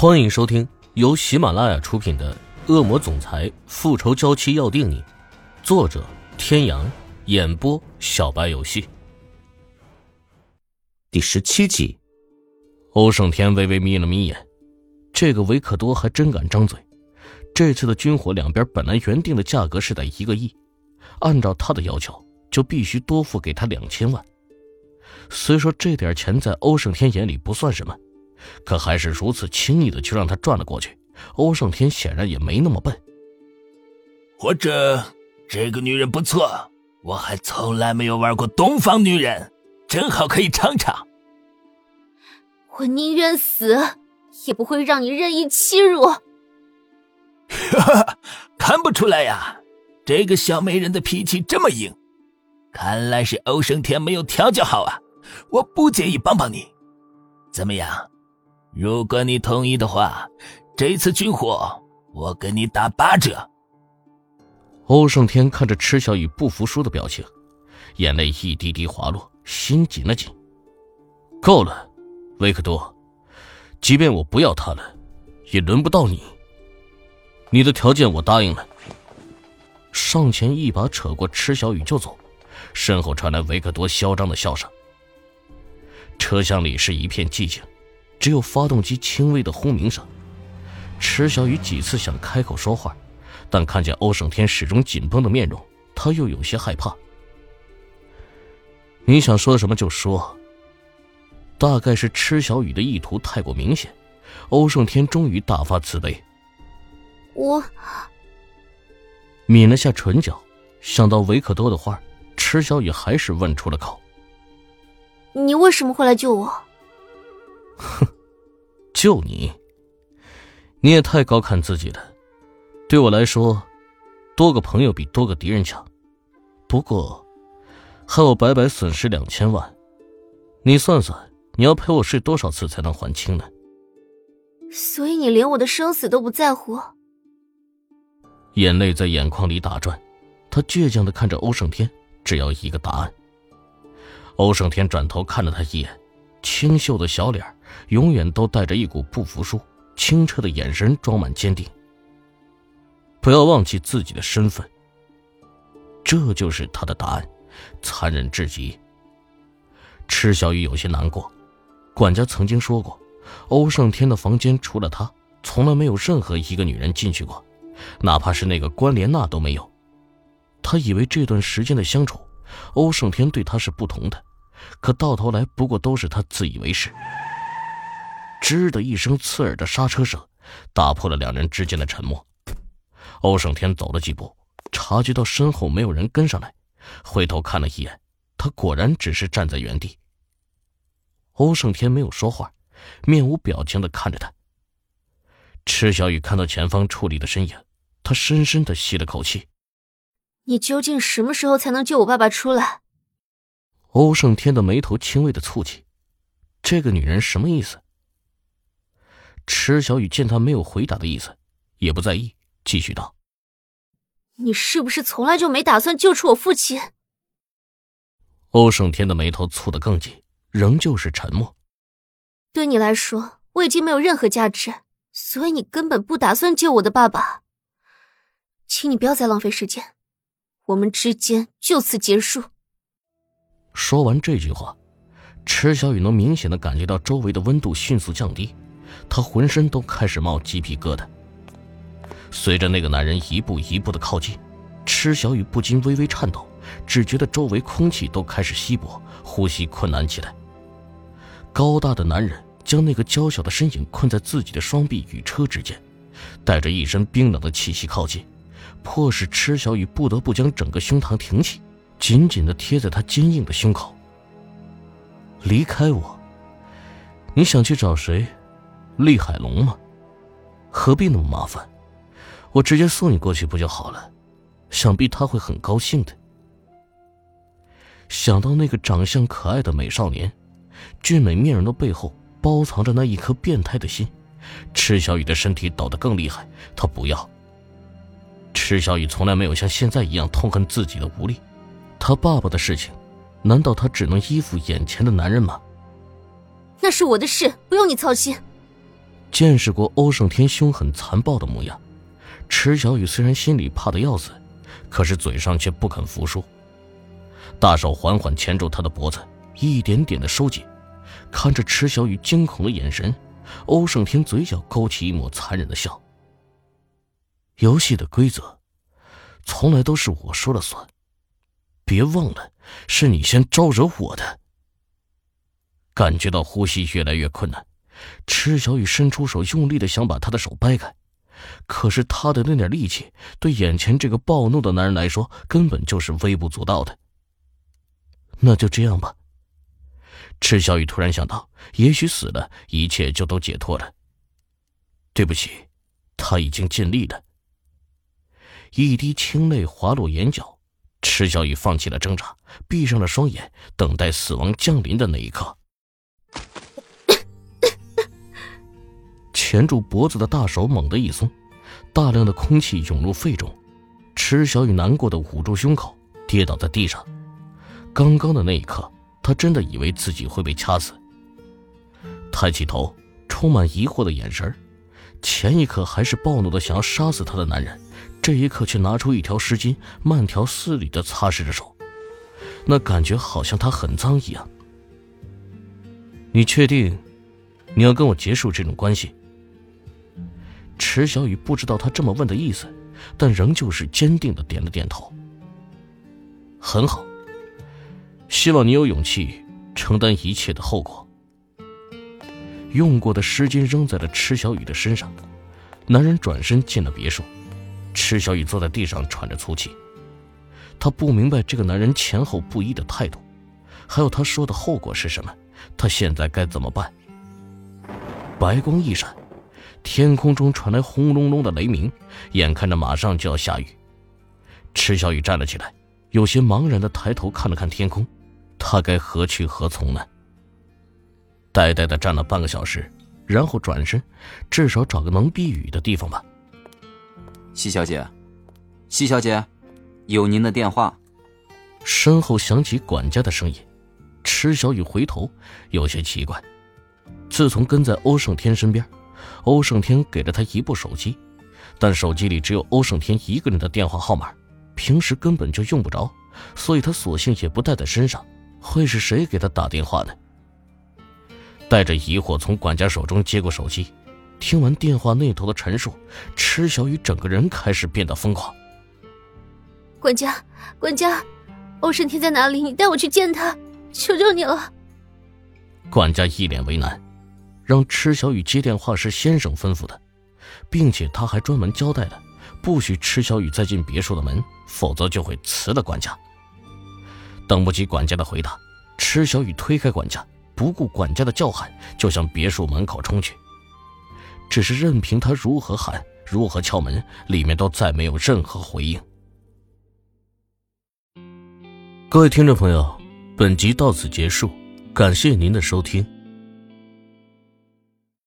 欢迎收听由喜马拉雅出品的《恶魔总裁复仇娇妻要定你》，作者天阳，演播小白游戏。 第17集。 欧胜天微微眯了眯眼，这个维克多还真敢张嘴。这次的军火两边本来原定的价格是在1个亿，按照他的要求就必须多付给他2000万。虽说这点钱在欧胜天眼里不算什么，可还是如此轻易的就让他赚了过去。欧胜天显然也没那么笨。 或者这个女人不错，我还从来没有玩过东方女人，正好可以尝尝。 我宁愿死，也不会让你任意欺辱。 看不出来呀，这个小美人的脾气这么硬，看来是欧胜天没有调教好啊。我不介意帮帮你，怎么样？如果你同意的话，这次军火我给你打8折。 欧胜天看着池小雨不服输的表情，眼泪一滴滴滑落，心紧了紧。够了，维克多，即便我不要他了，也轮不到你。你的条件我答应了。上前一把扯过池小雨就走，身后传来维克多嚣张的笑声。车厢里是一片寂静，只有发动机轻微的轰鸣声。池小雨几次想开口说话，但看见欧胜天始终紧绷的面容，他又有些害怕。你想说什么就说。大概是池小雨的意图太过明显，欧胜天终于大发慈悲。 我抿了下唇角，想到维克多的话，池小雨还是问出了口。 你为什么会来救我？ 哼，救你？你也太高看自己了。对我来说，多个朋友比多个敌人强。不过，害我白白损失2000万，你算算，你要陪我睡多少次才能还清呢？ 所以你连我的生死都不在乎？ 眼泪在眼眶里打转，他倔强地看着欧胜天，只要一个答案。欧胜天转头看了他一眼，清秀的小脸永远都带着一股不服输，清澈的眼神装满坚定。不要忘记自己的身份。这就是他的答案，残忍至极。池小雨有些难过，管家曾经说过，欧胜天的房间除了他，从来没有任何一个女人进去过，哪怕是那个关莲娜都没有。他以为这段时间的相处，欧胜天对他是不同的，可到头来不过都是他自以为是。吱的一声刺耳的刹车声打破了两人之间的沉默。欧胜天走了几步，察觉到身后没有人跟上来，回头看了一眼，他果然只是站在原地。欧胜天没有说话，面无表情地看着他。池小雨看到前方矗立的身影，他深深地吸了口气。 你究竟什么时候才能救我爸爸出来？ 欧胜天的眉头轻微的蹙起，这个女人什么意思？池小雨见他没有回答的意思，也不在意，继续道： 你是不是从来就没打算救出我父亲？ 欧胜天的眉头蹙得更紧，仍旧是沉默。 对你来说，我已经没有任何价值，所以你根本不打算救我的爸爸。请你不要再浪费时间，我们之间就此结束。 说完这句话，池小雨能明显地感觉到周围的温度迅速降低，她浑身都开始冒鸡皮疙瘩。随着那个男人一步一步的靠近，池小雨不禁微微颤抖，只觉得周围空气都开始稀薄，呼吸困难起来。高大的男人将那个娇小的身影困在自己的双臂与车之间，带着一身冰冷的气息靠近，迫使池小雨不得不将整个胸膛挺起，紧紧地贴在他坚硬的胸口。离开我？你想去找谁？厉海龙吗？何必那么麻烦？我直接送你过去不就好了？想必他会很高兴的。想到那个长相可爱的美少年，俊美面容的背后包藏着那一颗变态的心，池小雨的身体抖得更厉害。他不要。池小雨从来没有像现在一样痛恨自己的无力。他爸爸的事情，难道他只能依附眼前的男人吗？ 那是我的事，不用你操心。 见识过欧胜天凶狠残暴的模样，池小雨虽然心里怕得要死，可是嘴上却不肯服输。大手缓缓牵住他的脖子，一点点的收紧。看着池小雨惊恐的眼神，欧胜天嘴角勾起一抹残忍的笑。游戏的规则从来都是我说了算，别忘了是你先招惹我的。感觉到呼吸越来越困难，池小雨伸出手用力的想把他的手掰开，可是他的那点力气对眼前这个暴怒的男人来说根本就是微不足道的。那就这样吧。池小雨突然想到，也许死了一切就都解脱了。对不起，他已经尽力了。一滴清泪滑落眼角，池小雨放弃了挣扎，闭上了双眼，等待死亡降临的那一刻。钳住脖子的大手猛地一松，大量的空气涌入肺中，池小雨难过的捂住胸口，跌倒在地上。刚刚的那一刻，他真的以为自己会被掐死。抬起头，充满疑惑的眼神，前一刻还是暴怒的想要杀死他的男人，这一刻却拿出一条湿巾，慢条斯理地擦拭着手，那感觉好像他很脏一样。你确定你要跟我结束这种关系？池小雨不知道他这么问的意思，但仍旧是坚定地点了点头。很好，希望你有勇气承担一切的后果。用过的湿巾扔在了池小雨的身上，男人转身进了别墅。池小雨坐在地上喘着粗气，他不明白这个男人前后不一的态度，还有他说的后果是什么，他现在该怎么办？白光一闪，天空中传来轰隆隆的雷鸣，眼看着马上就要下雨。池小雨站了起来，有些茫然地抬头看了看天空，他该何去何从呢？呆呆地站了半个小时，然后转身，至少找个能避雨的地方吧。 西小姐，西小姐，有您的电话。 身后响起管家的声音，池小雨回头，有些奇怪。自从跟在欧胜天身边，欧胜天给了他一部手机，但手机里只有欧胜天一个人的电话号码，平时根本就用不着，所以他索性也不带在身上。会是谁给他打电话呢？带着疑惑从管家手中接过手机，听完电话那头的陈述，池小雨整个人开始变得疯狂。 管家，欧胜天在哪里？你带我去见他，求求你了。 管家一脸为难，让池小雨接电话是先生吩咐的，并且他还专门交代了，不许池小雨再进别墅的门，否则就会辞了管家。等不及管家的回答，池小雨推开管家，不顾管家的叫喊，就向别墅门口冲去。只是任凭他如何喊，如何敲门，里面都再没有任何回应。各位听众朋友，本集到此结束，感谢您的收听。